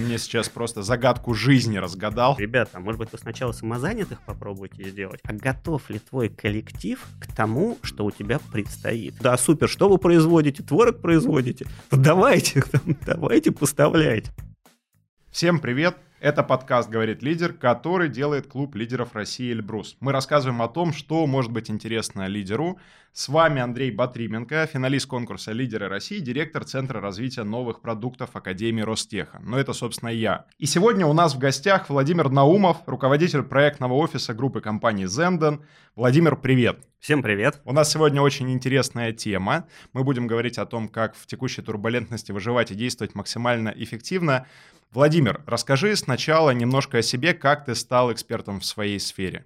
мне сейчас просто загадку жизни разгадал. Ребята, может быть, вы сначала самозанятых попробуйте сделать, а готов ли твой коллектив к тому, что у тебя предстоит? Да, супер, что вы производите? Творог производите? Давайте поставляйте. Всем привет! Это подкаст «Говорит лидер», который делает клуб лидеров России «Эльбрус». Мы рассказываем о том, что может быть интересно лидеру. С вами Андрей Батрименко, финалист конкурса «Лидеры России», директор Центра развития новых продуктов Академии Ростеха. Но это, собственно, я. И сегодня у нас в гостях Владимир Наумов, руководитель проектного офиса группы компании Zenden. Владимир, привет! Всем привет! У нас сегодня очень интересная тема. Мы будем говорить о том, как в текущей турбулентности выживать и действовать максимально эффективно. Владимир, расскажи сначала немножко о себе, как ты стал экспертом в своей сфере.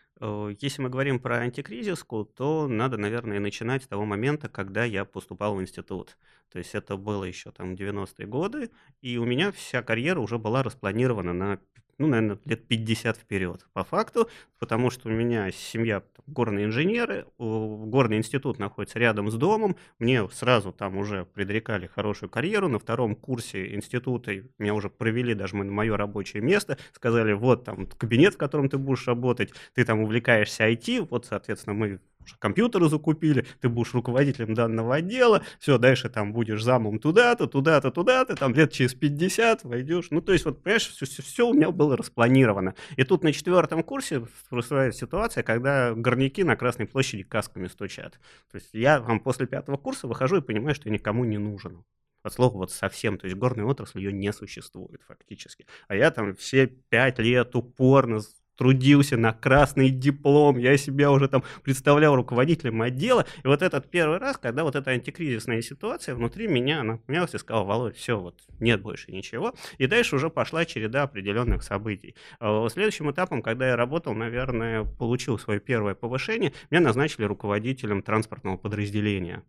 Если мы говорим про антикризиску, то надо, наверное, начинать с того момента, когда я поступал в институт. То есть это было еще там 90-е годы, и у меня вся карьера уже была распланирована на, наверное, лет 50 вперед. По факту, потому что у меня семья горные инженеры, горный институт находится рядом с домом, мне сразу там уже предрекали хорошую карьеру, на втором курсе института меня уже провели даже на мое рабочее место, сказали, вот там кабинет, в котором ты будешь работать, ты там увлекаешься IT, вот, соответственно, мы компьютеры закупили, ты будешь руководителем данного отдела, все, дальше там будешь замом туда-то, туда-то, туда-то, там лет через 50 войдешь. Ну, то есть, вот, понимаешь, все у меня было распланировано. И тут на 4-м курсе происходит ситуация, когда горняки на Красной площади касками стучат. То есть я там после 5-го курса выхожу и понимаю, что я никому не нужен. От слова вот совсем, то есть горная отрасль, ее не существует фактически. А я там все 5 лет упорно трудился на красный диплом, я себя уже там представлял руководителем отдела, и вот этот первый раз, когда вот эта антикризисная ситуация внутри меня, она поменялась и сказала, Володь, все, вот нет больше ничего, и дальше уже пошла череда определенных событий. Следующим этапом, когда я работал, наверное, получил свое первое повышение, меня назначили руководителем транспортного подразделения.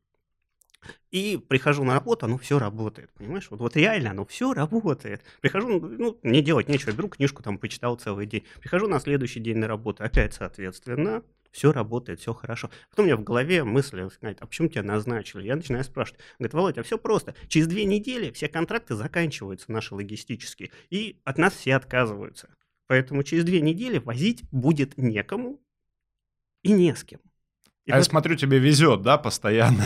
И прихожу на работу, оно все работает, понимаешь? Вот реально оно все работает. Прихожу, мне делать нечего, беру книжку, там, почитал целый день. Прихожу на следующий день на работу, опять, соответственно, все работает, все хорошо. Потом у меня в голове мысль, а почему тебя назначили? Я начинаю спрашивать. Говорит, Володь, а все просто. Через 2 недели все контракты заканчиваются, наши логистические, и от нас все отказываются. Поэтому через 2 недели возить будет некому и не с кем. А я смотрю, тебе везет, да, постоянно.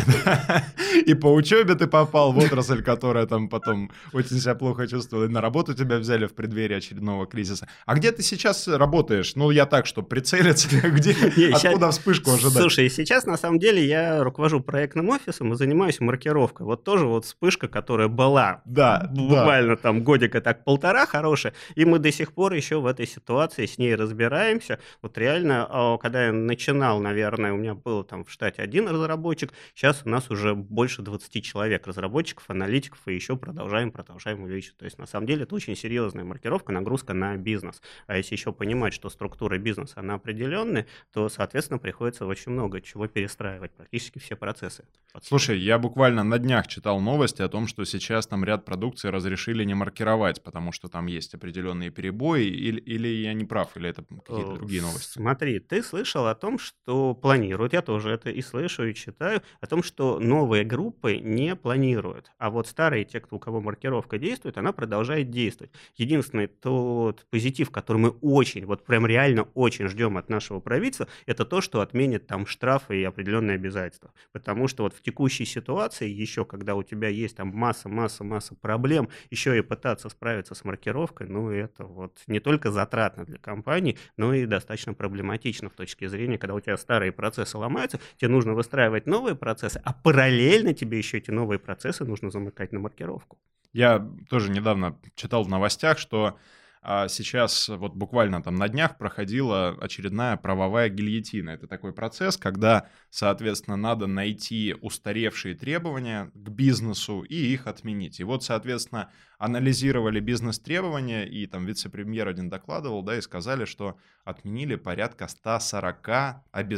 И по учебе ты попал в отрасль, которая там потом очень себя плохо чувствовала. И на работу тебя взяли в преддверии очередного кризиса. А где ты сейчас работаешь? Ну, я так, чтобы прицелиться, откуда вспышку ожидать? Слушай, сейчас на самом деле я руковожу проектным офисом и занимаюсь маркировкой. Вот тоже вот вспышка, которая была буквально там годика так полтора хорошая, и мы до сих пор еще в этой ситуации с ней разбираемся. Вот реально, когда я начинал, наверное, у меня был там в штате 1 разработчик, сейчас у нас уже больше 20 человек, разработчиков, аналитиков, и еще продолжаем увеличивать. То есть, на самом деле, это очень серьезная маркировка, нагрузка на бизнес. А если еще понимать, что структура бизнеса, она определенная, то, соответственно, приходится очень много чего перестраивать, практически все процессы. Слушай, я буквально на днях читал новости о том, что сейчас там ряд продукции разрешили не маркировать, потому что там есть определенные перебои, или я не прав, или это какие-то другие новости? Смотри, ты слышал о том, что планируют, я тоже это и слышу, и читаю, о том, что новые группы не планируют, а вот старые, те, у кого маркировка действует, она продолжает действовать. Единственный тот позитив, который мы очень, вот прям реально очень ждем от нашего правительства, это то, что отменят там штрафы и определенные обязательства. Потому что вот в текущей ситуации, еще когда у тебя есть там масса проблем, еще и пытаться справиться с маркировкой, это вот не только затратно для компаний, но и достаточно проблематично с точки зрения, когда у тебя старые процессы ломаются, тебе нужно выстраивать новые процессы, а параллельно тебе еще эти новые процессы нужно замыкать на маркировку. Я тоже недавно читал в новостях, что сейчас вот буквально там на днях проходила очередная правовая гильотина. Это такой процесс, когда, соответственно, надо найти устаревшие требования к бизнесу и их отменить. И вот, соответственно, анализировали бизнес-требования, и там вице-премьер один докладывал, да, и сказали, что отменили порядка 140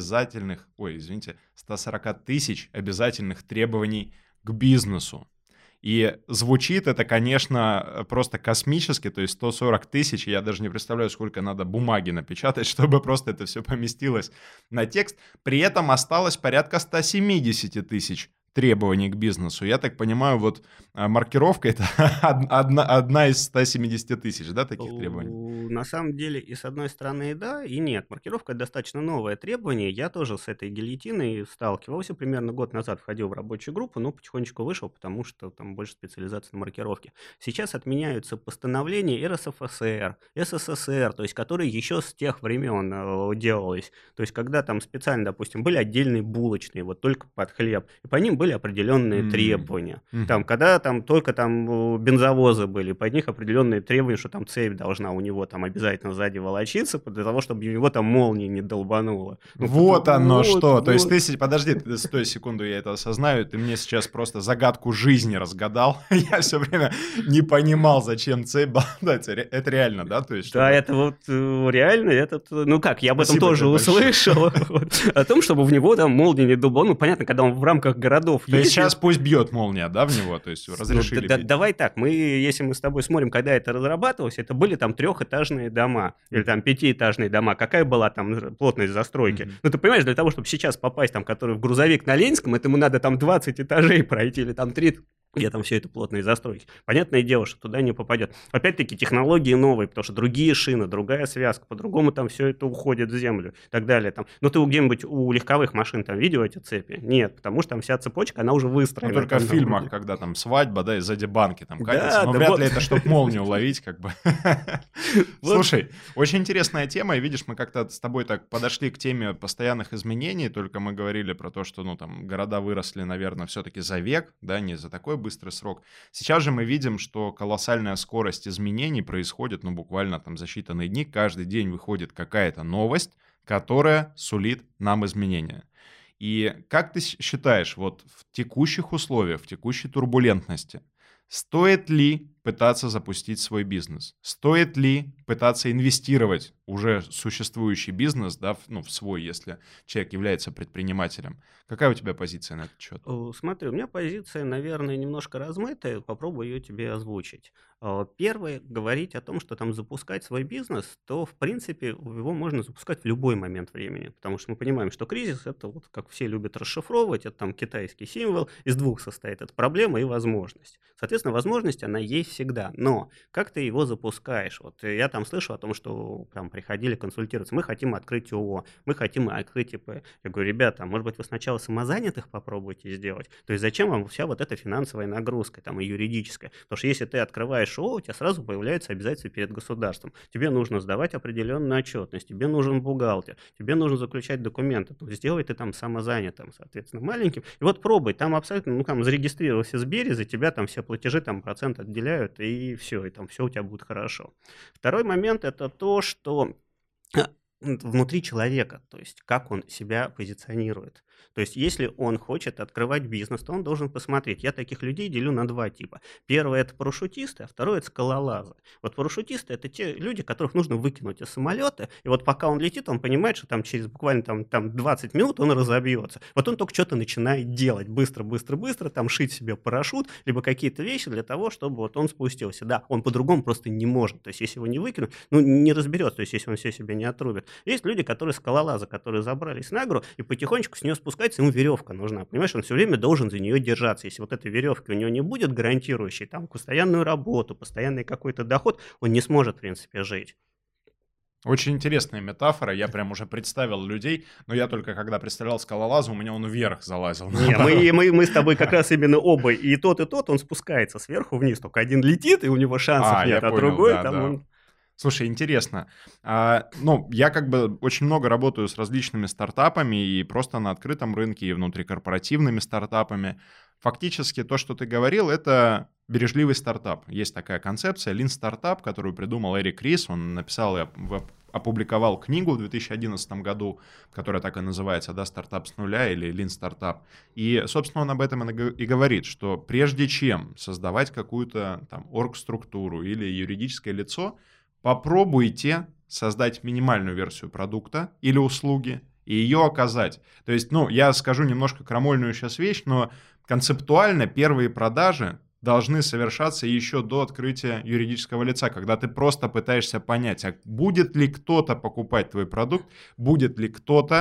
тысяч обязательных требований к бизнесу. И звучит это, конечно, просто космически, то есть 140 тысяч, я даже не представляю, сколько надо бумаги напечатать, чтобы просто это все поместилось на текст. При этом осталось порядка 170 тысяч требований к бизнесу. Я так понимаю, вот маркировка — это одна из 170 тысяч, да, таких требований? На самом деле, и с одной стороны, и да, и нет. Маркировка — это достаточно новое требование. Я тоже с этой гильотиной сталкивался. Примерно год назад входил в рабочую группу, но потихонечку вышел, потому что там больше специализации на маркировке. Сейчас отменяются постановления РСФСР, СССР, то есть которые еще с тех времен делались. То есть когда там специально, допустим, были отдельные булочные, вот только под хлеб, и по ним были определенные требования. Там, когда там только там бензовозы были, под них определенные требования, что там цепь должна у него там обязательно сзади волочиться, для того, чтобы его там молния не долбанула. Вот оно что. То есть ты, подожди, стой секунду, я это осознаю, ты мне сейчас просто загадку жизни разгадал. Я все время не понимал, зачем цепь болтается. Это реально, да? То есть, да, это вот реально, ну как, я об этом тоже услышал. О том, чтобы в него там молния не долбанула. Ну, понятно, когда он в рамках городов ездит. То есть сейчас пусть бьет молния, да, в него? То есть разрешили бить. Давай так, если мы с тобой смотрим, когда это разрабатывалось, это были там 3-этажные дома или там 5-этажные дома. Какая была там плотность застройки? Ну, ты понимаешь, для того, чтобы сейчас попасть там, который в грузовик на Ленинском, этому надо там 20 этажей пройти или там 30, где там все это плотные застройки. Понятное дело, что туда не попадет. Опять-таки технологии новые, потому что другие шины, другая связка, по-другому там все это уходит в землю и так далее. Там. Но ты где-нибудь у легковых машин там видел эти цепи? Нет, потому что там вся цепочка, она уже выстроена. Ну, только в фильмах, когда там свадьба, да, и сзади банки там катятся. Но вряд ли это, чтобы молнию ловить, как бы. Слушай, очень интересная тема, и видишь, мы как-то с тобой так подошли к теме постоянных изменений, только мы говорили про то, что, ну, там, города выросли, наверное, все-таки за век, да, не за такой быстрый срок. Сейчас же мы видим, что колоссальная скорость изменений происходит, ну, буквально там за считанные дни. Каждый день выходит какая-то новость, которая сулит нам изменения. И как ты считаешь, вот в текущих условиях, в текущей турбулентности, стоит ли пытаться запустить свой бизнес? Стоит ли пытаться инвестировать уже существующий бизнес, да, в свой, если человек является предпринимателем? Какая у тебя позиция на этот счет? Смотри, у меня позиция, наверное, немножко размытая. Попробую ее тебе озвучить. Первое, говорить о том, что там запускать свой бизнес, то, в принципе, его можно запускать в любой момент времени. Потому что мы понимаем, что кризис — это, вот как все любят расшифровывать, это там китайский символ, из двух состоит. Это проблема и возможность. Соответственно, возможность, она есть всегда. Но как ты его запускаешь? Вот я там слышу о том, что там приходили консультироваться. Мы хотим открыть ООО, мы хотим открыть ИП. Я говорю, ребята, может быть, вы сначала самозанятых попробуйте сделать? То есть зачем вам вся вот эта финансовая нагрузка там и юридическая? Потому что если ты открываешь ООО, у тебя сразу появляются обязательства перед государством. Тебе нужно сдавать определенную отчетность, тебе нужен бухгалтер, тебе нужно заключать документы. Ну, сделай ты там самозанятым, соответственно, маленьким. И вот пробуй, там абсолютно, ну, там зарегистрировался в Сбере, за тебя там все платежи, там процент отделяют, и все, и там все у тебя будет хорошо. Второй момент — это то, что внутри человека, то есть как он себя позиционирует. То есть если он хочет открывать бизнес, то он должен посмотреть. Я таких людей делю на два типа. Первый — это парашютисты, а второй — это скалолазы. Вот парашютисты — это те люди, которых нужно выкинуть из самолета, и вот пока он летит, он понимает, что там через буквально там 20 минут он разобьется. Вот он только что-то начинает делать быстро, там шить себе парашют, либо какие-то вещи для того, чтобы вот он спустился. Да, он по-другому просто не может. То есть если его не выкинуть, ну не разберется, то есть если он все себе не отрубит. Есть люди, которые скалолазы, которые забрались на гору и потихонечку с нее спускаются, ему веревка нужна. Понимаешь, он все время должен за нее держаться. Если вот этой веревки у него не будет гарантирующей там постоянную работу, постоянный какой-то доход, он не сможет, в принципе, жить. Очень интересная метафора, я прям уже представил людей, но я только когда представлял скалолаза, у меня он вверх залазил. Не, мы с тобой как раз именно оба, и тот, он спускается сверху вниз, только один летит, и у него шансов нет, а другой да, там да. он... Слушай, интересно. Ну, я как бы очень много работаю с различными стартапами и просто на открытом рынке, и внутрикорпоративными стартапами. Фактически то, что ты говорил, это бережливый стартап. Есть такая концепция Lean Startup, которую придумал Эрик Рис. Он написал и опубликовал книгу в 2011 году, которая так и называется, да, «Стартап с нуля» или Lean Startup. И, собственно, он об этом и говорит, что прежде чем создавать какую-то там оргструктуру или юридическое лицо, попробуйте создать минимальную версию продукта или услуги и ее оказать. То есть, ну, я скажу немножко крамольную сейчас вещь, но концептуально первые продажи должны совершаться еще до открытия юридического лица, когда ты просто пытаешься понять, а будет ли кто-то покупать твой продукт, будет ли кто-то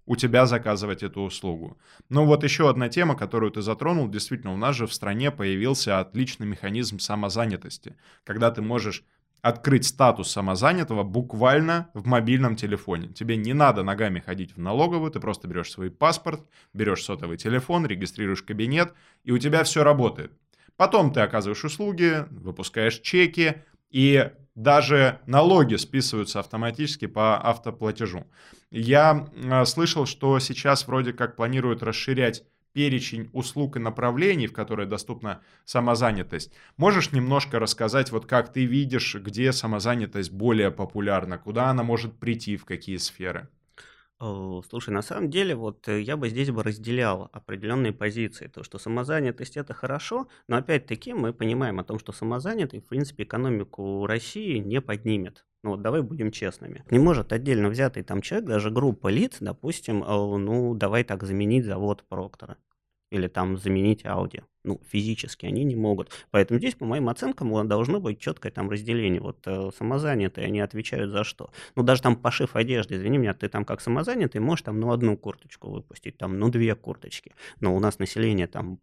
у тебя заказывать эту услугу. Ну вот еще одна тема, которую ты затронул. Действительно, у нас же в стране появился отличный механизм самозанятости, когда ты можешь открыть статус самозанятого буквально в мобильном телефоне. Тебе не надо ногами ходить в налоговую, ты просто берешь свой паспорт, берешь сотовый телефон, регистрируешь кабинет, и у тебя все работает. Потом ты оказываешь услуги, выпускаешь чеки, и даже налоги списываются автоматически по автоплатежу. Я слышал, что сейчас вроде как планируют расширять перечень услуг и направлений, в которые доступна самозанятость. Можешь немножко рассказать, вот как ты видишь, где самозанятость более популярна, куда она может прийти, в какие сферы? Слушай, на самом деле, вот я бы здесь бы разделял определенные позиции. То, что самозанятость это хорошо, но опять-таки мы понимаем о том, что самозанятый, в принципе, экономику России не поднимет. Ну вот давай будем честными. Не может отдельно взятый там человек, даже группа лиц, допустим, ну давай так заменить завод Проктора или там заменить Audi. Ну, физически они не могут. Поэтому здесь, по моим оценкам, должно быть четкое там разделение. Вот самозанятые, они отвечают за что? Ну, даже там пошив одежды, извини меня, ты там как самозанятый можешь там, ну, одну курточку выпустить, там, ну, две курточки. Но у нас население там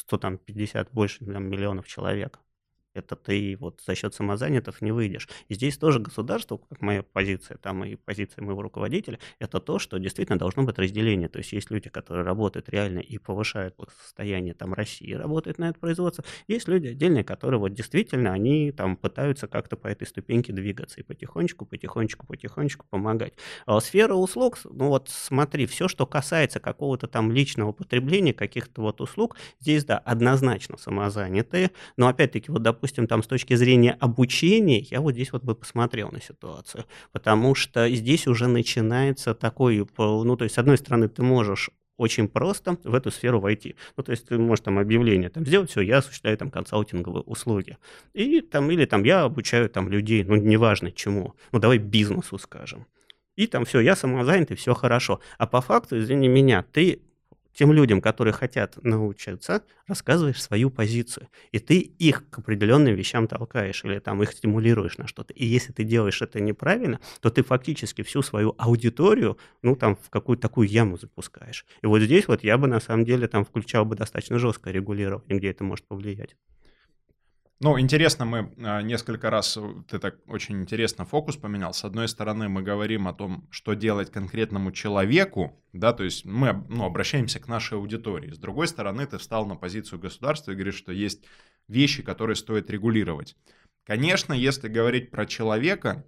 150 больше там, миллионов человек. Это ты вот за счет самозанятых не выйдешь. И здесь тоже государство, как моя позиция, там и позиция моего руководителя, это то, что действительно должно быть разделение. То есть есть люди, которые работают реально и повышают состояние там России, работают на это производство. Есть люди отдельные, которые вот действительно, они там пытаются как-то по этой ступеньке двигаться и потихонечку, потихонечку, потихонечку помогать. А сфера услуг, ну вот смотри, все, что касается какого-то там личного потребления, каких-то вот услуг, здесь, да, однозначно самозанятые, но опять-таки, вот, допустим, там с точки зрения обучения, я вот здесь вот бы посмотрел на ситуацию, потому что здесь уже начинается такой, ну, то есть, с одной стороны, ты можешь очень просто в эту сферу войти. Ну, то есть ты можешь там объявление там сделать, все, я осуществляю там консалтинговые услуги. И там, или там я обучаю там людей, ну, неважно чему, ну, давай бизнесу скажем. И там все, я самозанятый, все хорошо. А по факту, извини меня, ты тем людям, которые хотят научиться, рассказываешь свою позицию. И ты их к определенным вещам толкаешь или там их стимулируешь на что-то. И если ты делаешь это неправильно, то ты фактически всю свою аудиторию, ну, там, в какую-то такую яму запускаешь. И вот здесь вот я бы, на самом деле, там включал бы достаточно жесткое регулирование, где это может повлиять. Ну, интересно, мы несколько раз, ты так очень интересно фокус поменял. С одной стороны, мы говорим о том, что делать конкретному человеку, да, то есть мы обращаемся к нашей аудитории. С другой стороны, ты встал на позицию государства и говоришь, что есть вещи, которые стоит регулировать. Конечно, если говорить про человека,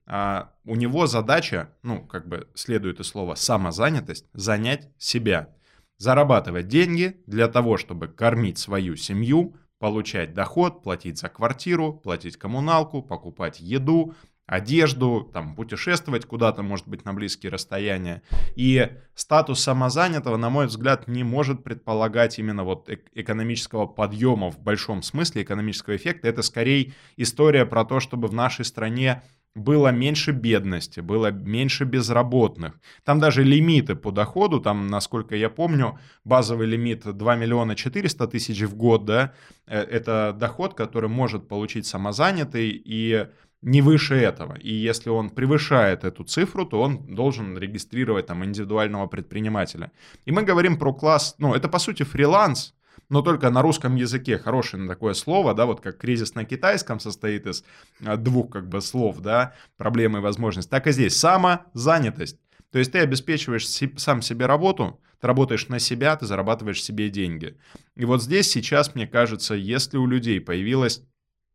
у него задача, ну, как бы следует из слова самозанятость, занять себя, зарабатывать деньги для того, чтобы кормить свою семью, получать доход, платить за квартиру, платить коммуналку, покупать еду, одежду, там, путешествовать куда-то, может быть, на близкие расстояния. И статус самозанятого, на мой взгляд, не может предполагать именно вот экономического подъема в большом смысле, экономического эффекта. Это скорее история про то, чтобы в нашей стране было меньше бедности, было меньше безработных. Там даже лимиты по доходу, там, насколько я помню, базовый лимит 2 миллиона 400 тысяч в год, да, это доход, который может получить самозанятый, и не выше этого. И если он превышает эту цифру, то он должен регистрировать там индивидуального предпринимателя. И мы говорим про класс, ну, это по сути фриланс, но только на русском языке хорошее такое слово, да, вот как кризис на китайском состоит из двух как бы слов, да, проблемы и возможность, так и здесь самозанятость. То есть ты обеспечиваешь сам себе работу, ты работаешь на себя, ты зарабатываешь себе деньги. И вот здесь сейчас, мне кажется, если у людей появилось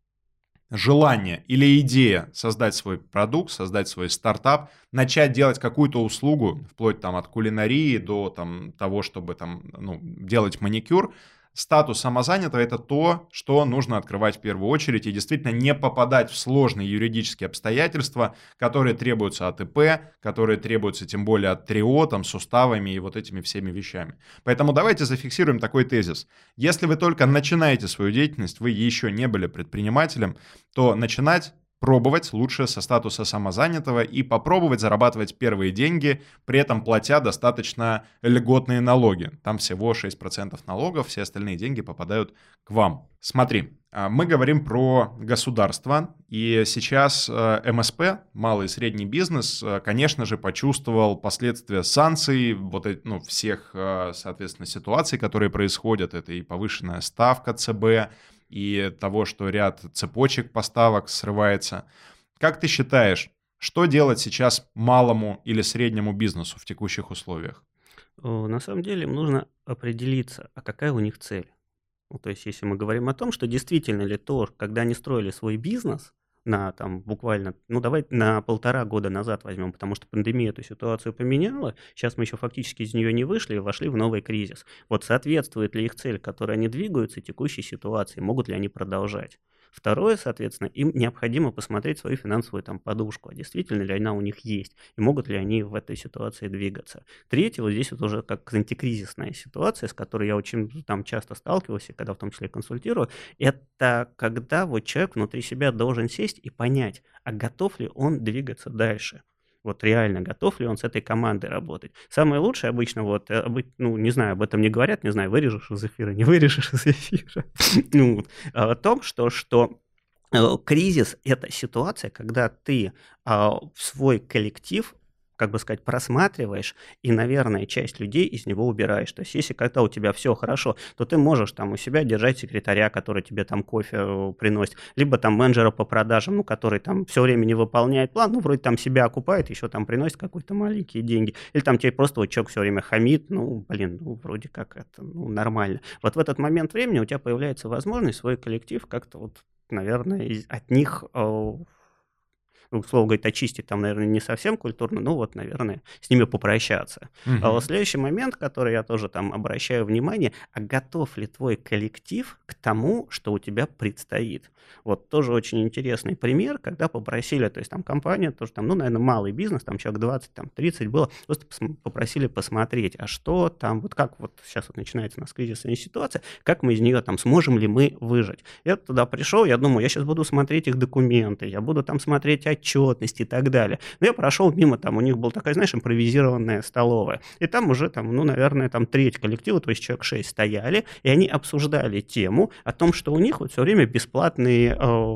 желание или идея создать свой продукт, создать свой стартап, начать делать какую-то услугу, вплоть там от кулинарии до там, того, чтобы там, ну, делать маникюр, статус самозанятого — это то, что нужно открывать в первую очередь и действительно не попадать в сложные юридические обстоятельства, которые требуются от ИП, которые требуются тем более от ТРИО, там, с уставами и вот этими всеми вещами. Поэтому давайте зафиксируем такой тезис. Если вы только начинаете свою деятельность, вы еще не были предпринимателем, то начинать пробовать лучше со статуса самозанятого и попробовать зарабатывать первые деньги, при этом платя достаточно льготные налоги. Там всего 6% налогов, все остальные деньги попадают к вам. Смотри, мы говорим про государство, и сейчас МСП, малый и средний бизнес, конечно же, почувствовал последствия санкций, всех, соответственно, ситуаций, которые происходят. Это и повышенная ставка ЦБ, и того, что ряд цепочек поставок срывается. Как ты считаешь, что делать сейчас малому или среднему бизнесу в текущих условиях? На самом деле им нужно определиться, а какая у них цель. То есть, если мы говорим о том, что действительно ли то, когда они строили свой бизнес на там буквально, давай на 1,5 года назад возьмем, потому что пандемия эту ситуацию поменяла, сейчас мы еще фактически из нее не вышли и вошли в новый кризис. Вот соответствует ли их цель, к которой они двигаются, текущей ситуации, могут ли они продолжать? Второе, соответственно, им необходимо посмотреть свою финансовую подушку, а действительно ли она у них есть, и могут ли они в этой ситуации двигаться. Третье, вот здесь вот уже как антикризисная ситуация, с которой я очень часто сталкивался, когда в том числе консультирую, это когда вот человек внутри себя должен сесть и понять, а готов ли он двигаться дальше. Вот реально готов ли он с этой командой работать. Самое лучшее обычно, не знаю, об этом не говорят, не знаю, вырежешь из эфира, не вырежешь из эфира, о том, что кризис – это ситуация, когда ты в свой коллектив, как бы сказать, просматриваешь и, наверное, часть людей из него убираешь. То есть, если когда у тебя все хорошо, то ты можешь у себя держать секретаря, который тебе кофе приносит, либо менеджера по продажам, который все время не выполняет план, вроде себя окупает, еще приносит какие-то маленькие деньги, или тебе просто человек все время хамит, вроде как это нормально. Вот в этот момент времени у тебя появляется возможность свой коллектив как-то наверное, от них слово говорит, очистить наверное, не совсем культурно, наверное, с ними попрощаться. Мгм. Следующий момент, который я тоже обращаю внимание, а готов ли твой коллектив к тому, что у тебя предстоит? Вот тоже очень интересный пример, когда попросили, то есть компания, тоже наверное, малый бизнес, человек 20, 30 было, просто попросили посмотреть, а что как сейчас начинается у нас кризисная ситуация, как мы из нее сможем ли мы выжить. Я туда пришел, я думаю, я сейчас буду смотреть их документы, я буду смотреть отчетность и так далее. Но я прошел мимо, у них была такая, знаешь, импровизированная столовая. И там уже, наверное, треть коллектива, то есть человек 6 стояли, и они обсуждали тему о том, что у них все время бесплатные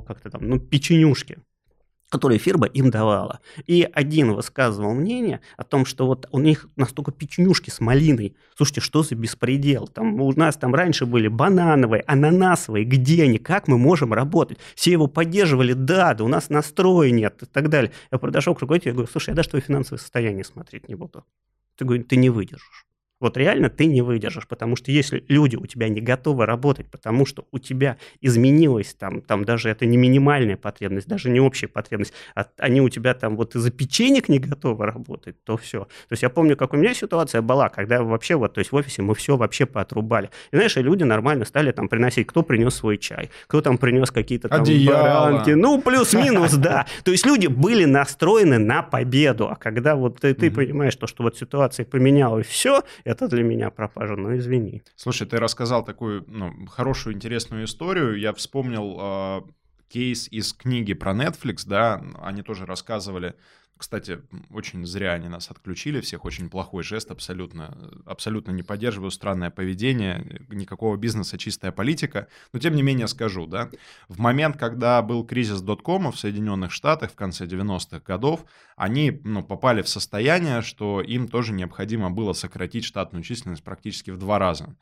печенюшки, которые фирма им давала. И один высказывал мнение о том, что у них настолько печенюшки с малиной. Слушайте, что за беспредел? У нас раньше были банановые, ананасовые. Где они? Как мы можем работать? Все его поддерживали. Да, у нас настроя нет и так далее. Я подошел к руководителю, я говорю, слушай, я даже твое финансовое состояние смотреть не буду. Ты говоришь, ты не выдержишь. Вот реально ты не выдержишь, потому что если люди у тебя не готовы работать, потому что у тебя изменилась даже это не минимальная потребность, даже не общая потребность, они у тебя из-за печенек не готовы работать, то все. То есть я помню, как у меня ситуация была, когда вообще то есть в офисе мы все вообще поотрубали. И знаешь, и люди нормально стали приносить, кто принес свой чай, кто принес какие-то баранки, плюс-минус, да. То есть люди были настроены на победу, а когда ты понимаешь, что ситуация поменялась, все, это для меня пропажа, извини. Слушай, ты рассказал такую хорошую, интересную историю. Я вспомнил кейс из книги про Netflix, да, они тоже рассказывали. Кстати, очень зря они нас отключили всех, очень плохой жест, абсолютно не поддерживаю, странное поведение, никакого бизнеса, чистая политика. Но тем не менее скажу, да, в момент, когда был кризис доткома в Соединенных Штатах в конце 90-х годов, они попали в состояние, что им тоже необходимо было сократить штатную численность практически в 2 раза.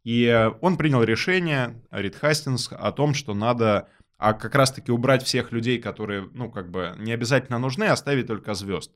И он принял решение, Рид Хастингс, о том, что надо как раз-таки убрать всех людей, которые, не обязательно нужны, оставить только звезд.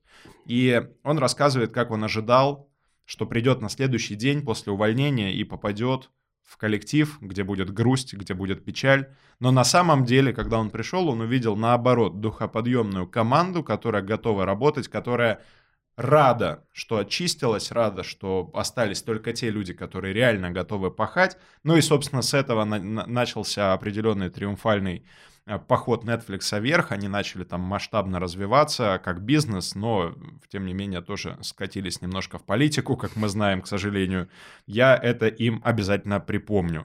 И он рассказывает, как он ожидал, что придет на следующий день после увольнения и попадет в коллектив, где будет грусть, где будет печаль. Но на самом деле, когда он пришел, он увидел, наоборот, духоподъемную команду, которая готова работать, которая рада, что очистилась, рада, что остались только те люди, которые реально готовы пахать. Ну и, собственно, с этого начался определенный триумфальный поход Netflix вверх, они начали там масштабно развиваться как бизнес, но, тем не менее, тоже скатились немножко в политику, как мы знаем, к сожалению. Я это им обязательно припомню.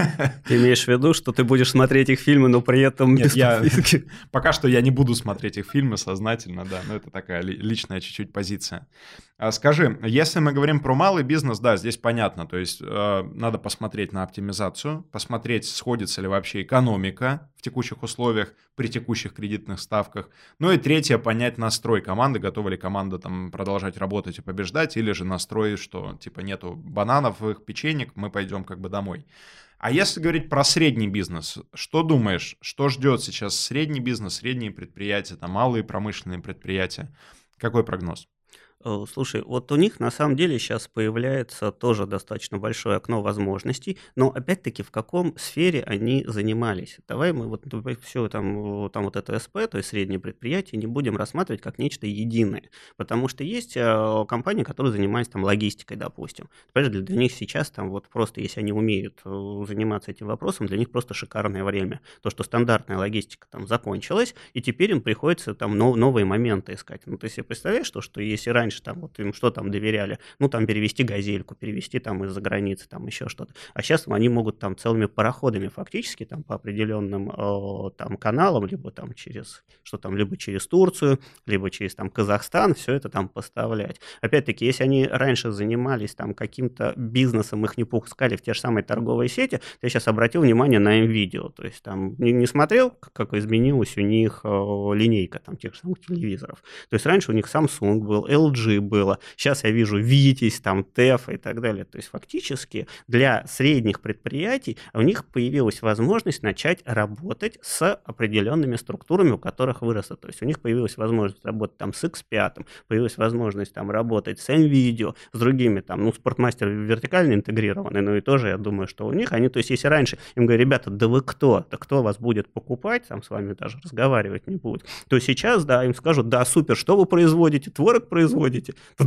Ты имеешь в виду, что ты будешь смотреть их фильмы, но при этом без подписки? Пока что я не буду смотреть их фильмы сознательно, да, но это такая личная чуть-чуть позиция. Скажи, если мы говорим про малый бизнес, да, здесь понятно, то есть надо посмотреть на оптимизацию, посмотреть, сходится ли вообще экономика в текущих условиях, при текущих кредитных ставках. Ну и третье, понять настрой команды, готова ли команда там продолжать работать и побеждать, или же настрой, что типа нету бананов в их печенье, мы пойдем как бы домой. А если говорить про средний бизнес, что думаешь, что ждет сейчас средний бизнес, средние предприятия, там, малые промышленные предприятия? Какой прогноз? Слушай, вот у них на самом деле сейчас появляется тоже достаточно большое окно возможностей, но опять-таки в каком сфере они занимались? Давай мы вот все там вот это СП, то есть среднее предприятие, не будем рассматривать как нечто единое, потому что есть компании, которые занимаются там логистикой, допустим. Понимаешь, для них сейчас там вот просто, если они умеют заниматься этим вопросом, для них просто шикарное время. То, что стандартная логистика там закончилась, и теперь им приходится там новые моменты искать. Ну, ты себе представляешь, что если раньше там вот им что там доверяли, ну там перевести газельку, перевести там из-за границы, там еще что-то. А сейчас они могут там целыми пароходами фактически там по определенным там каналам, либо там через, что там, либо через Турцию, либо через там Казахстан, все это там поставлять. Опять-таки, если они раньше занимались там каким-то бизнесом, их не пускали в те же самые торговые сети, я сейчас обратил внимание на МВидео, то есть там не смотрел, как изменилась у них линейка там тех же самых телевизоров. То есть раньше у них Samsung был, LG было. Сейчас я вижу Витязь, там, ТЭФ и так далее. То есть фактически для средних предприятий у них появилась возможность начать работать с определенными структурами, у которых выросло. То есть у них появилась возможность работать там с X5, появилась возможность там работать с NVIDIA, с другими там, ну, Спортмастер вертикально интегрированный, но и тоже, я думаю, что у них они, то есть если раньше им говорят, ребята, да вы кто? Да кто вас будет покупать? Там с вами даже разговаривать не будет. То сейчас, да, им скажут, да, супер, что вы производите? Творог производите? То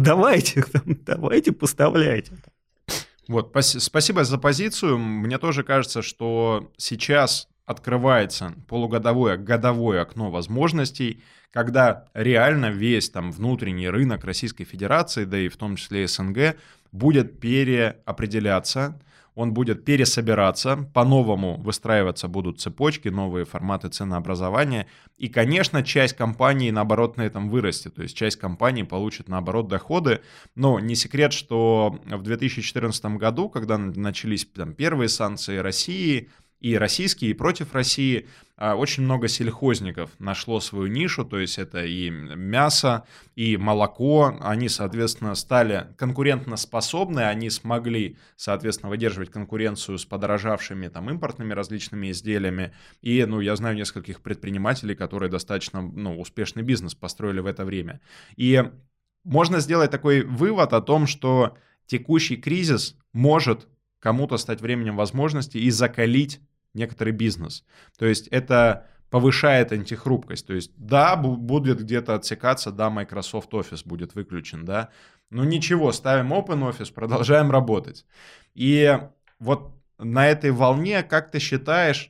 давайте, поставляйте. Вот, спасибо за позицию. Мне тоже кажется, что сейчас открывается полугодовое, годовое окно возможностей, когда реально весь там внутренний рынок Российской Федерации, да и в том числе СНГ, будет переопределяться, он будет пересобираться, по-новому выстраиваться будут цепочки, новые форматы ценообразования. И, конечно, часть компаний, наоборот, на этом вырастет. То есть часть компаний получит, наоборот, доходы. Но не секрет, что в 2014 году, когда начались там первые санкции России, и российские, и против России, очень много сельхозников нашло свою нишу, то есть это и мясо, и молоко, они, соответственно, стали конкурентоспособны, они смогли, соответственно, выдерживать конкуренцию с подорожавшими там импортными различными изделиями, и, ну, я знаю нескольких предпринимателей, которые достаточно, ну, успешный бизнес построили в это время. И можно сделать такой вывод о том, что текущий кризис может кому-то стать временем возможности и закалить некоторый бизнес. То есть это повышает антихрупкость. То есть да, будет где-то отсекаться, да, Microsoft Office будет выключен, да, но ничего, ставим OpenOffice, продолжаем работать. И вот на этой волне, как ты считаешь,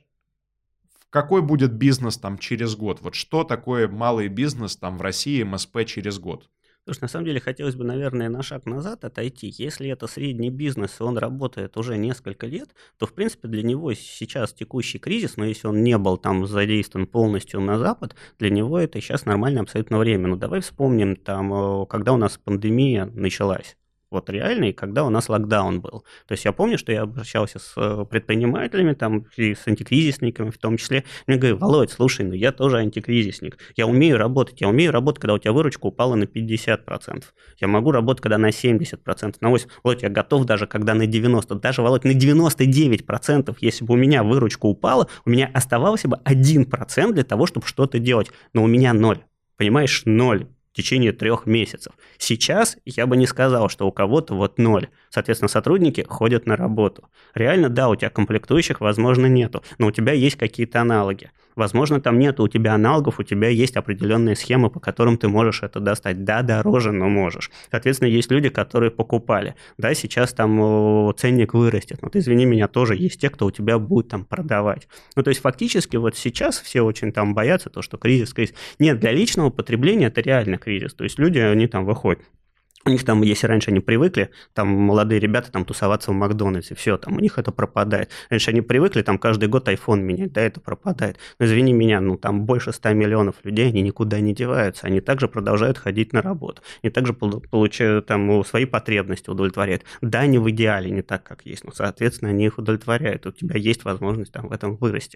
какой будет бизнес там через год? Вот что такое малый бизнес там в России, МСП через год? Слушай, на самом деле хотелось бы, наверное, на шаг назад отойти. Если это средний бизнес, и он работает уже несколько лет, то, в принципе, для него сейчас текущий кризис, но если он не был там задействован полностью на Запад, для него это сейчас нормальное абсолютно время. Ну, давай вспомним, там, когда у нас пандемия началась. Вот реально, и когда у нас локдаун был. То есть я помню, что я обращался с предпринимателями, там, и с антикризисниками в том числе. Мне говорят, Володь, слушай, ну я тоже антикризисник. Я умею работать, когда у тебя выручка упала на 50%. Я могу работать, когда на 70%, на 80%. Володь, я готов даже, когда на 90%. Даже, Володь, на 99%, если бы у меня выручка упала, у меня оставался бы 1% для того, чтобы что-то делать. Но у меня 0. Понимаешь, 0. В течение 3 месяцев. Сейчас я бы не сказал, что у кого-то вот 0. Соответственно, сотрудники ходят на работу. Реально, да, у тебя комплектующих, возможно, нету, но у тебя есть какие-то аналоги. Возможно, там нет у тебя аналогов, у тебя есть определенные схемы, по которым ты можешь это достать. Да, дороже, но можешь. Соответственно, есть люди, которые покупали. Да, сейчас там ценник вырастет. Но ты, извини меня, тоже есть те, кто у тебя будет там продавать. Ну, то есть фактически вот сейчас все очень там боятся то, что кризис. Нет, для личного потребления это реально кризис. То есть люди, они там выходят. У них там, если раньше они привыкли, там молодые ребята там тусоваться в Макдональдсе, все, там у них это пропадает. Раньше они привыкли там каждый год iPhone менять, да, это пропадает. Но извини меня, ну там больше 100 миллионов людей, они никуда не деваются, они также продолжают ходить на работу, они также получают там свои потребности, удовлетворяют. Да, не в идеале, не так, как есть, но, соответственно, они их удовлетворяют. У тебя есть возможность там в этом вырасти.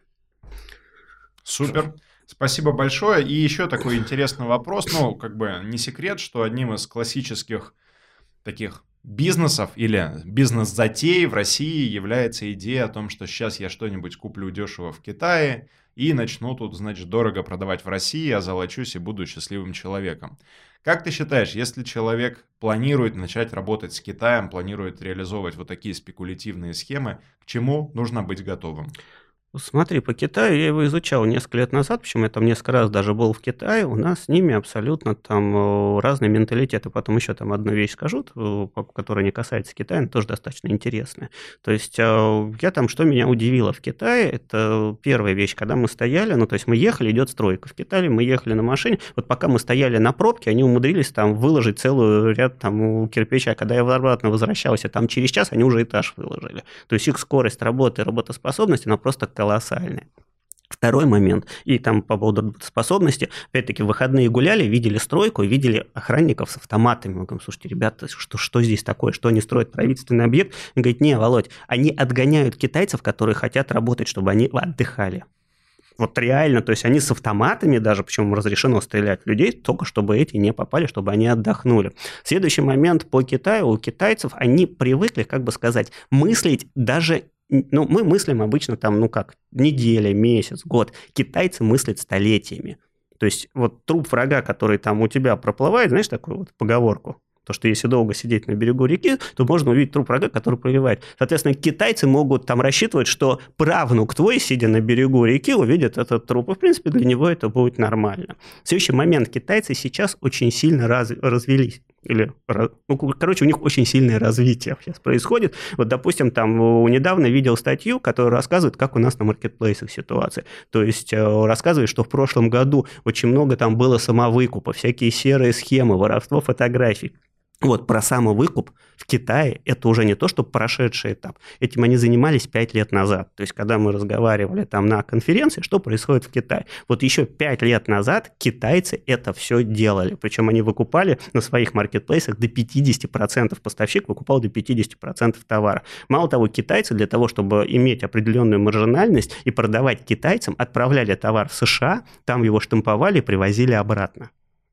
Супер. Спасибо большое. И еще такой интересный вопрос. Ну, как бы не секрет, что одним из классических таких бизнесов или бизнес-затей в России является идея о том, что сейчас я что-нибудь куплю дешево в Китае и начну тут, значит, дорого продавать в России, озолочусь и буду счастливым человеком. Как ты считаешь, если человек планирует начать работать с Китаем, планирует реализовывать вот такие спекулятивные схемы, к чему нужно быть готовым? Смотри, по Китаю я его изучал несколько лет назад, причем я там несколько раз даже был в Китае, у нас с ними абсолютно там разный менталитет. И потом еще там одну вещь скажу, которая не касается Китая, но тоже достаточно интересная. То есть я там, что меня удивило в Китае, это первая вещь, когда мы стояли, ну то есть мы ехали, идет стройка в Китае, мы ехали на машине, вот пока мы стояли на пробке, они умудрились там выложить целый ряд там кирпича. Когда я обратно возвращался, там через час они уже этаж выложили. То есть их скорость работы и работоспособность, она просто колоссальная. Второй момент, и там по поводу способности, опять-таки в выходные гуляли, видели стройку, видели охранников с автоматами. Мы говорим, слушайте, ребята, что здесь такое, что они строят правительственный объект? Он говорит, не, Володь, они отгоняют китайцев, которые хотят работать, чтобы они отдыхали. Вот реально, то есть они с автоматами даже, причем разрешено стрелять в людей, только чтобы эти не попали, чтобы они отдохнули. Следующий момент по Китаю, у китайцев, они привыкли, как бы сказать, мыслить даже. Ну, мы мыслим обычно там, ну как, неделя, месяц, год. Китайцы мыслят столетиями. То есть вот труп врага, который там у тебя проплывает, знаешь такую вот поговорку? То, что если долго сидеть на берегу реки, то можно увидеть труп врага, который проливает. Соответственно, китайцы могут там рассчитывать, что правнук твой, сидя на берегу реки, увидит этот труп. И, в принципе, для него это будет нормально. В следующий момент китайцы сейчас очень сильно развелись. Короче, у них очень сильное развитие сейчас происходит. Вот, допустим, там недавно видел статью, которая рассказывает, как у нас на маркетплейсах ситуация. То есть рассказывает, что в прошлом году очень много там было самовыкупа, всякие серые схемы, воровство фотографий. Вот про самовыкуп в Китае это уже не то, что прошедший этап. Этим они занимались 5 лет назад. То есть, когда мы разговаривали там на конференции, что происходит в Китае. Вот еще 5 лет назад китайцы это все делали. Причем они выкупали на своих маркетплейсах до 50%. Поставщик выкупал до 50% товара. Мало того, китайцы для того, чтобы иметь определенную маржинальность и продавать китайцам, отправляли товар в США, там его штамповали и привозили обратно.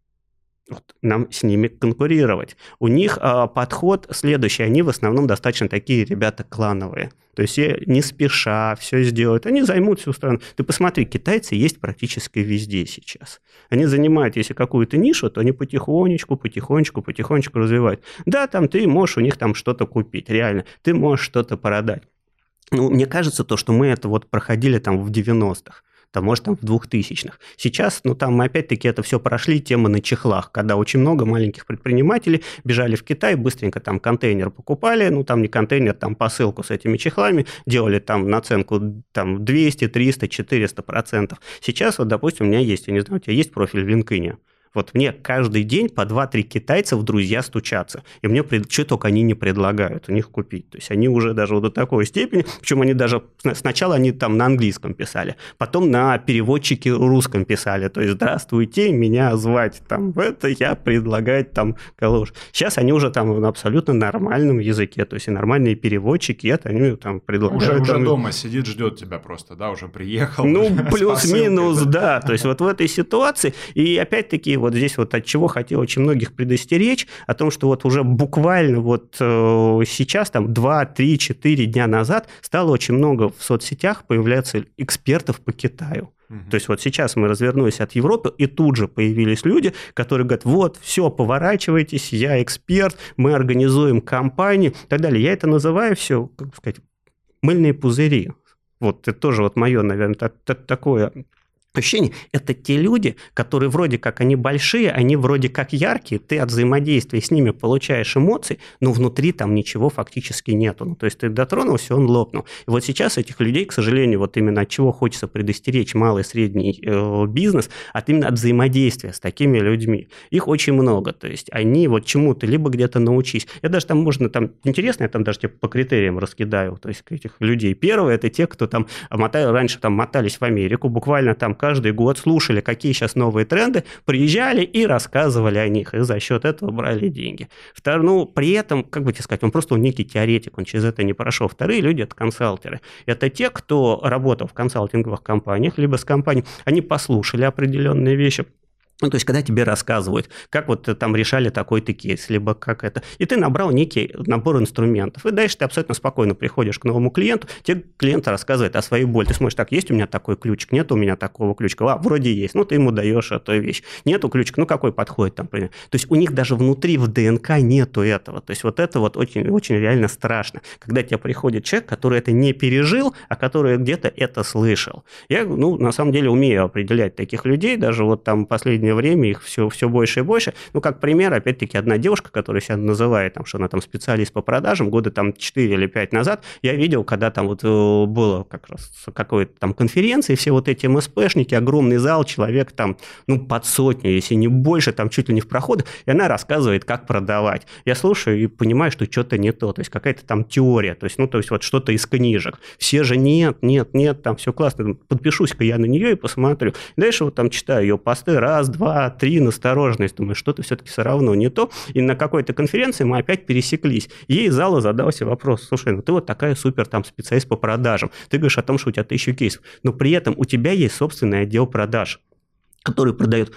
Вот, нам с ними конкурировать. У них подход следующий. Они в основном достаточно такие ребята клановые. То есть не спеша все сделают. Они займут всю страну. Ты посмотри, китайцы есть практически везде сейчас. Они занимают, если какую-то нишу, то они потихонечку развивают. Да, там ты можешь у них там что-то купить, реально. Ты можешь что-то продать. Ну, мне кажется, то, что мы это вот проходили там в 90-х. Там, может, там в 2000-х. Сейчас, ну, там мы опять-таки это все прошли, тема на чехлах, когда очень много маленьких предпринимателей бежали в Китай, быстренько там контейнер покупали, ну, там не контейнер, там посылку с этими чехлами, делали там наценку там 200, 300, 400%. Сейчас, вот, допустим, у меня есть, я не знаю, у тебя есть профиль в LinkedIn? Вот мне каждый день по 2-3 китайца в друзья стучатся. И мне что только они не предлагают у них купить. То есть они уже даже вот до такой степени, причем они даже сначала они там на английском писали, потом на переводчике русском писали. То есть здравствуйте, меня звать там в это, я предлагаю там калош. Сейчас они уже там на абсолютно нормальном языке. То есть и нормальные переводчики, это они там предлагают. Уже там... дома сидит, ждет тебя просто, да, уже приехал. Ну, плюс-минус, да. То есть вот в этой ситуации, и опять-таки вот здесь вот от чего хотел очень многих предостеречь, о том, что вот уже буквально вот сейчас, там 2, 3, 4 дня назад стало очень много в соцсетях появляться экспертов по Китаю. То есть вот сейчас мы развернулись от Европы, и тут же появились люди, которые говорят, вот, все, поворачивайтесь, я эксперт, мы организуем кампанию и так далее. Я это называю все, как сказать, мыльные пузыри. Вот это тоже вот мое, наверное, такое ощущение. Это те люди, которые вроде как они большие, они вроде как яркие, ты от взаимодействия с ними получаешь эмоции, но внутри там ничего фактически нету. Ну, то есть ты дотронулся, он лопнул. И вот сейчас этих людей, к сожалению, вот именно от чего хочется предостеречь малый и средний бизнес, именно от взаимодействия с такими людьми. Их очень много. То есть они вот чему-то либо где-то научись. Я даже там можно, там интересно, я там даже тебе по критериям раскидаю, то есть этих людей. Первое, это те, кто там раньше там мотались в Америку, буквально там каждый год слушали, какие сейчас новые тренды, приезжали и рассказывали о них, и за счет этого брали деньги. При этом, как бы тебе сказать, он просто некий теоретик, он через это не прошел. Вторые люди – это консалтеры. Это те, кто работал в консалтинговых компаниях, либо с компанией, они послушали определенные вещи. Ну, то есть, когда тебе рассказывают, как вот там решали такой-то кейс, либо как это, и ты набрал некий набор инструментов, и дальше ты абсолютно спокойно приходишь к новому клиенту, тебе клиент рассказывает о своей боли, ты смотришь, так, есть у меня такой ключик, нет у меня такого ключика, вроде есть, ты ему даешь эту вещь, нету ключика, какой подходит там, например. То есть, у них даже внутри в ДНК нету этого, то есть, вот это вот очень, очень реально страшно, когда тебе приходит человек, который это не пережил, а который где-то это слышал. Я, на самом деле, умею определять таких людей, даже вот там последнее время их все больше и больше. Как пример, опять-таки, одна девушка, которая себя называет, что она там специалист по продажам, года там 4 или 5 назад, я видел, когда там вот было как раз какой-то там конференции, все вот эти МСПшники, огромный зал, человек там, под сотню, если не больше, там чуть ли не в проходах, и она рассказывает, как продавать. Я слушаю и понимаю, что что-то не то, то есть какая-то там теория, то есть вот что-то из книжек. Все же нет, там все классно, подпишусь-ка я на нее и посмотрю. Дальше вот там читаю ее посты, 1, 2, 3, настороженность, думаю, что-то все-таки все равно не то. И на какой-то конференции мы опять пересеклись. Ей из зала задался вопрос: слушай, ты вот такая супер там специалист по продажам, ты говоришь о том, что у тебя 1000 кейсов, но при этом у тебя есть собственный отдел продаж, который продает,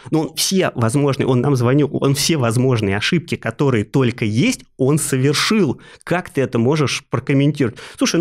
он нам звонил, он все возможные ошибки, которые только есть, он совершил. Как ты это можешь прокомментировать? Слушай,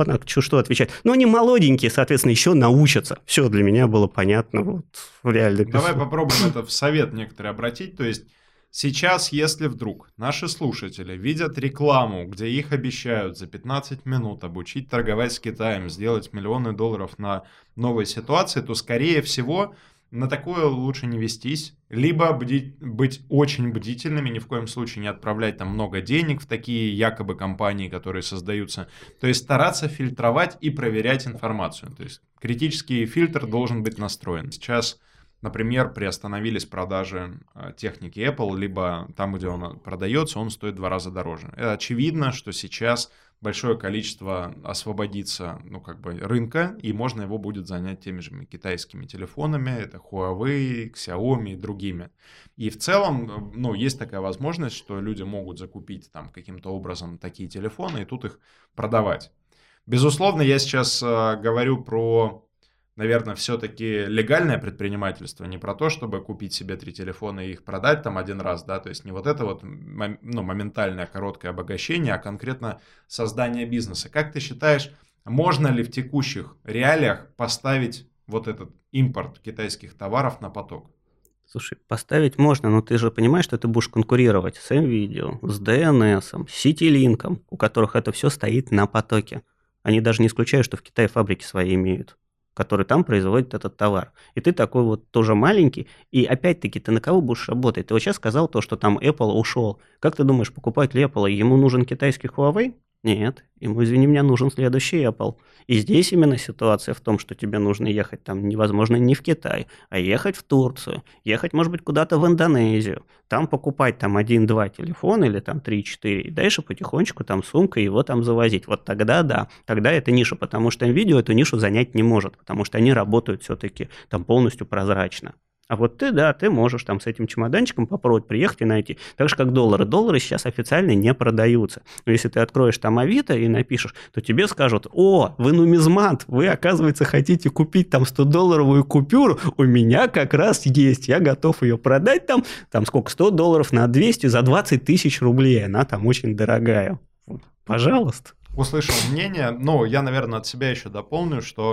что отвечать? Они молоденькие, соответственно, еще научатся. Все для меня было понятно, реально. Давай попробуем это в совет некоторые обратить, то есть сейчас, если вдруг наши слушатели видят рекламу, где их обещают за 15 минут обучить торговать с Китаем, сделать миллионы долларов на новой ситуации, то, скорее всего, на такое лучше не вестись, либо быть очень бдительными, ни в коем случае не отправлять там много денег в такие якобы компании, которые создаются. То есть стараться фильтровать и проверять информацию. То есть критический фильтр должен быть настроен. Сейчас, например, приостановились продажи техники Apple, либо там, где он продается, он стоит в 2 раза дороже. Это очевидно, что сейчас большое количество освободится, рынка, и можно его будет занять теми же китайскими телефонами, это Huawei, Xiaomi и другими. И в целом, есть такая возможность, что люди могут закупить там каким-то образом такие телефоны и тут их продавать. Безусловно, я сейчас говорю про, наверное, все-таки легальное предпринимательство, не про то, чтобы купить себе 3 телефона и их продать там один раз, да, то есть не вот это вот моментальное короткое обогащение, а конкретно создание бизнеса. Как ты считаешь, можно ли в текущих реалиях поставить вот этот импорт китайских товаров на поток? Слушай, поставить можно, но ты же понимаешь, что ты будешь конкурировать с NVIDIA, с DNS, с CityLink, у которых это все стоит на потоке. Они даже не исключают, что в Китае фабрики свои имеют, который там производит этот товар. И ты такой вот тоже маленький, и опять-таки ты на кого будешь работать? Ты вот сейчас сказал то, что там Apple ушел. Как ты думаешь, покупатель Apple, ему нужен китайский Huawei? Нет, ему, извини меня, нужен следующий Apple. И здесь именно ситуация в том, что тебе нужно ехать там невозможно не в Китай, а ехать в Турцию, ехать, может быть, куда-то в Индонезию, там покупать там 1-2 телефона или там 3-4, и дальше потихонечку там сумкой его там завозить. Вот тогда да, тогда это ниша, потому что NVIDIA эту нишу занять не может, потому что они работают все-таки там полностью прозрачно. А вот ты можешь там с этим чемоданчиком попробовать приехать и найти. Так же, как доллары. Доллары сейчас официально не продаются. Но если ты откроешь там Авито и напишешь, то тебе скажут: о, вы нумизмат, вы, оказывается, хотите купить там 100-долларовую купюру, у меня как раз есть, я готов ее продать там сколько, $100 на 200 за 20 тысяч рублей, она там очень дорогая. Пожалуйста. Услышал мнение, я, наверное, от себя еще дополню, что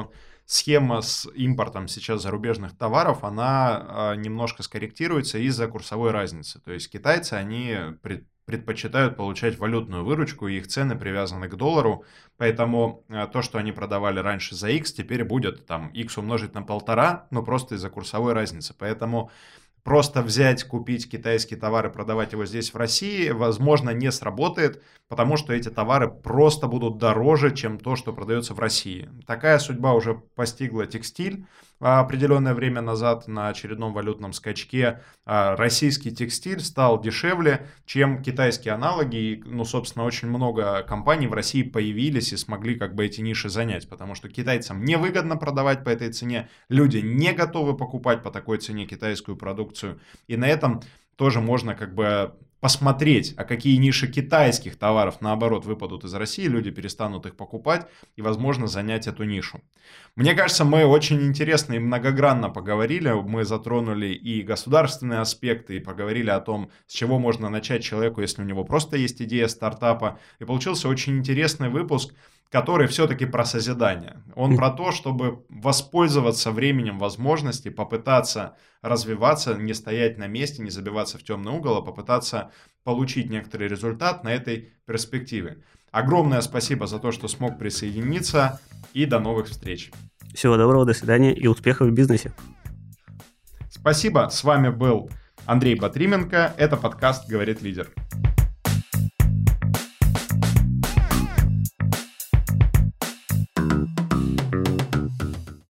схема с импортом сейчас зарубежных товаров, она немножко скорректируется из-за курсовой разницы. То есть китайцы, они предпочитают получать валютную выручку, и их цены привязаны к доллару, поэтому то, что они продавали раньше за X, теперь будет там X умножить на 1,5, но просто из-за курсовой разницы. Поэтому просто взять, купить китайский товар и продавать его здесь, в России, возможно, не сработает, потому что эти товары просто будут дороже, чем то, что продается в России. Такая судьба уже постигла текстиль определенное время назад на очередном валютном скачке. Российский текстиль стал дешевле, чем китайские аналоги. И, ну, собственно, очень много компаний в России появились и смогли как бы эти ниши занять, потому что китайцам невыгодно продавать по этой цене, люди не готовы покупать по такой цене китайскую продукцию. И на этом тоже можно как бы посмотреть, а какие ниши китайских товаров, наоборот, выпадут из России, люди перестанут их покупать и, возможно, занять эту нишу. Мне кажется, мы очень интересно и многогранно поговорили, мы затронули и государственные аспекты, и поговорили о том, с чего можно начать человеку, если у него просто есть идея стартапа, и получился очень интересный выпуск, который все-таки про созидание. Он про то, чтобы воспользоваться временем возможностей, попытаться развиваться, не стоять на месте, не забиваться в темный угол, а попытаться получить некоторый результат на этой перспективе. Огромное спасибо за то, что смог присоединиться, и до новых встреч. Всего доброго, до свидания и успехов в бизнесе. Спасибо, с вами был Андрей Батрименко, это подкаст «Говорит лидер».